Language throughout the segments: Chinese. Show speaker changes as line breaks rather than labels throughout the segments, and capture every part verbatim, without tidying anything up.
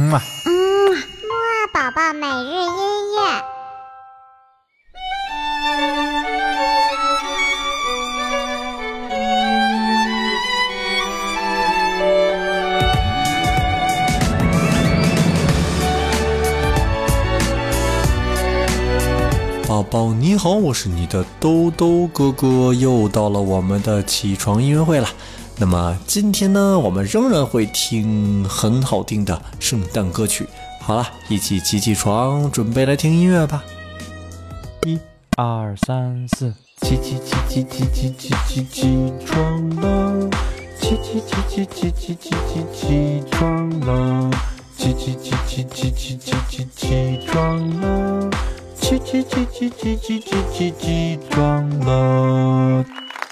嘛。
嗯，木二宝宝每日音乐。
宝宝你好，我是你的兜兜哥哥，又到了我们的起床音乐会了。那么今天呢，我们仍然会听很好听的圣诞歌曲。好了，一起起起床，准备来听音乐吧。
一二三四，起起起起起起起起起床了，起起起起起起起起起床了，起起起起起起起起起床了，起起起起起起起起起床了。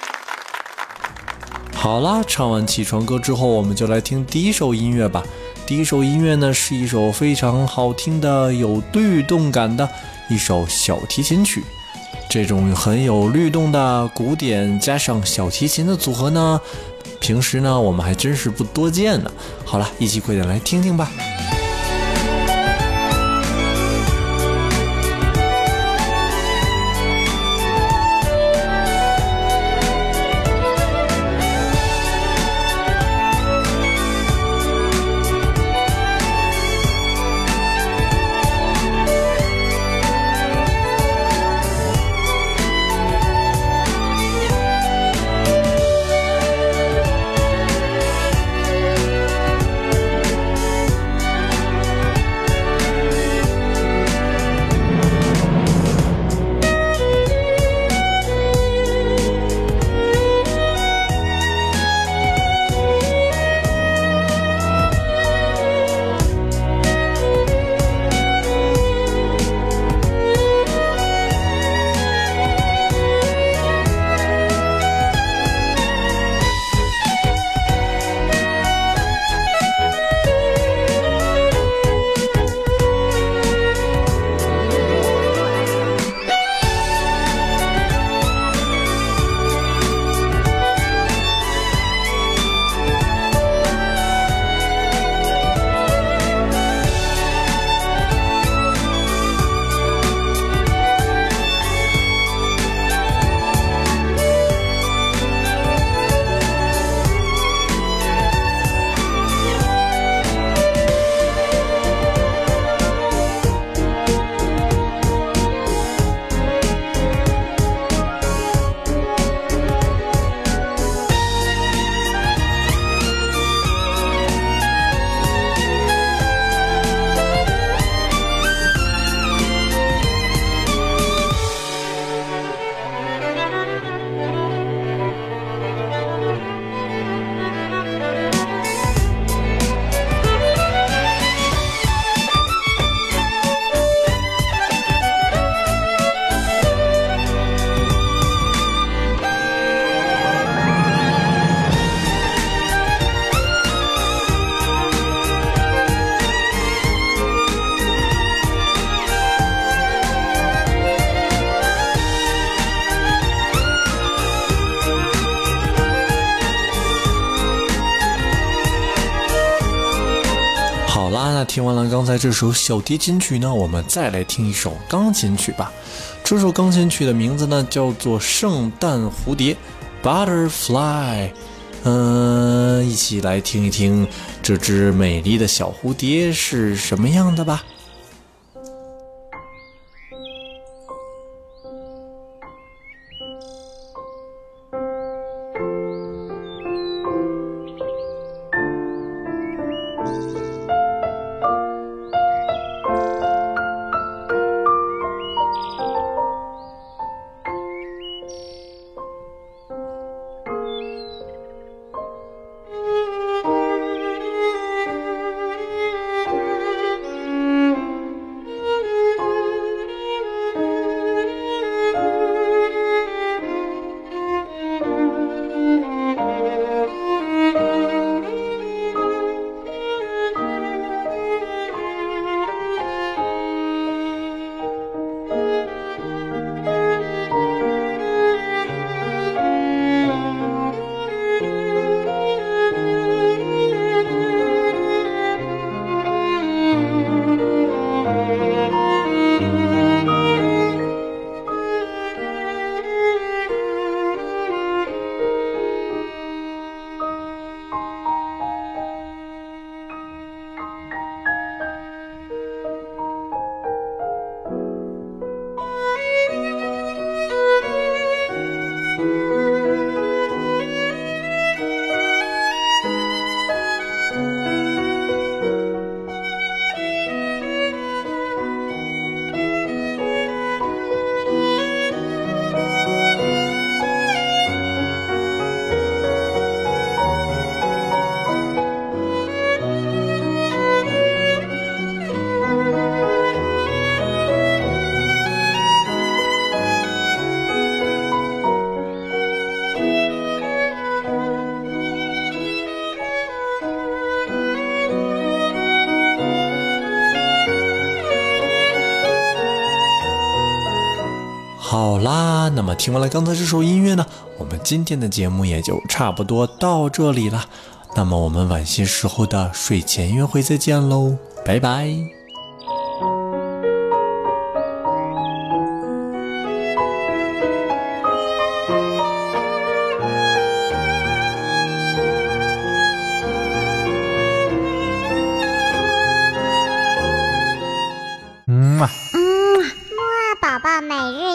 好啦，唱完起床歌之后，我们就来听第一首音乐吧。第一首音乐呢，是一首非常好听的、有律动感的一首小提琴曲。这种很有律动的古典加上小提琴的组合呢，平时呢我们还真是不多见呢。好了，一起快点来听听吧。好啦，那听完了刚才这首小提琴曲呢，我们再来听一首钢琴曲吧。这首钢琴曲的名字呢叫做《圣诞蝴蝶》 Butterfly。嗯、呃，一起来听一听这只美丽的小蝴蝶是什么样的吧。 好啦，那么听完了刚才这首音乐呢，我们今天的节目也就差不多到这里了。那么我们晚些时候的睡前约会再见喽，拜拜。
嗯嘛。
嗯，木啊宝宝每日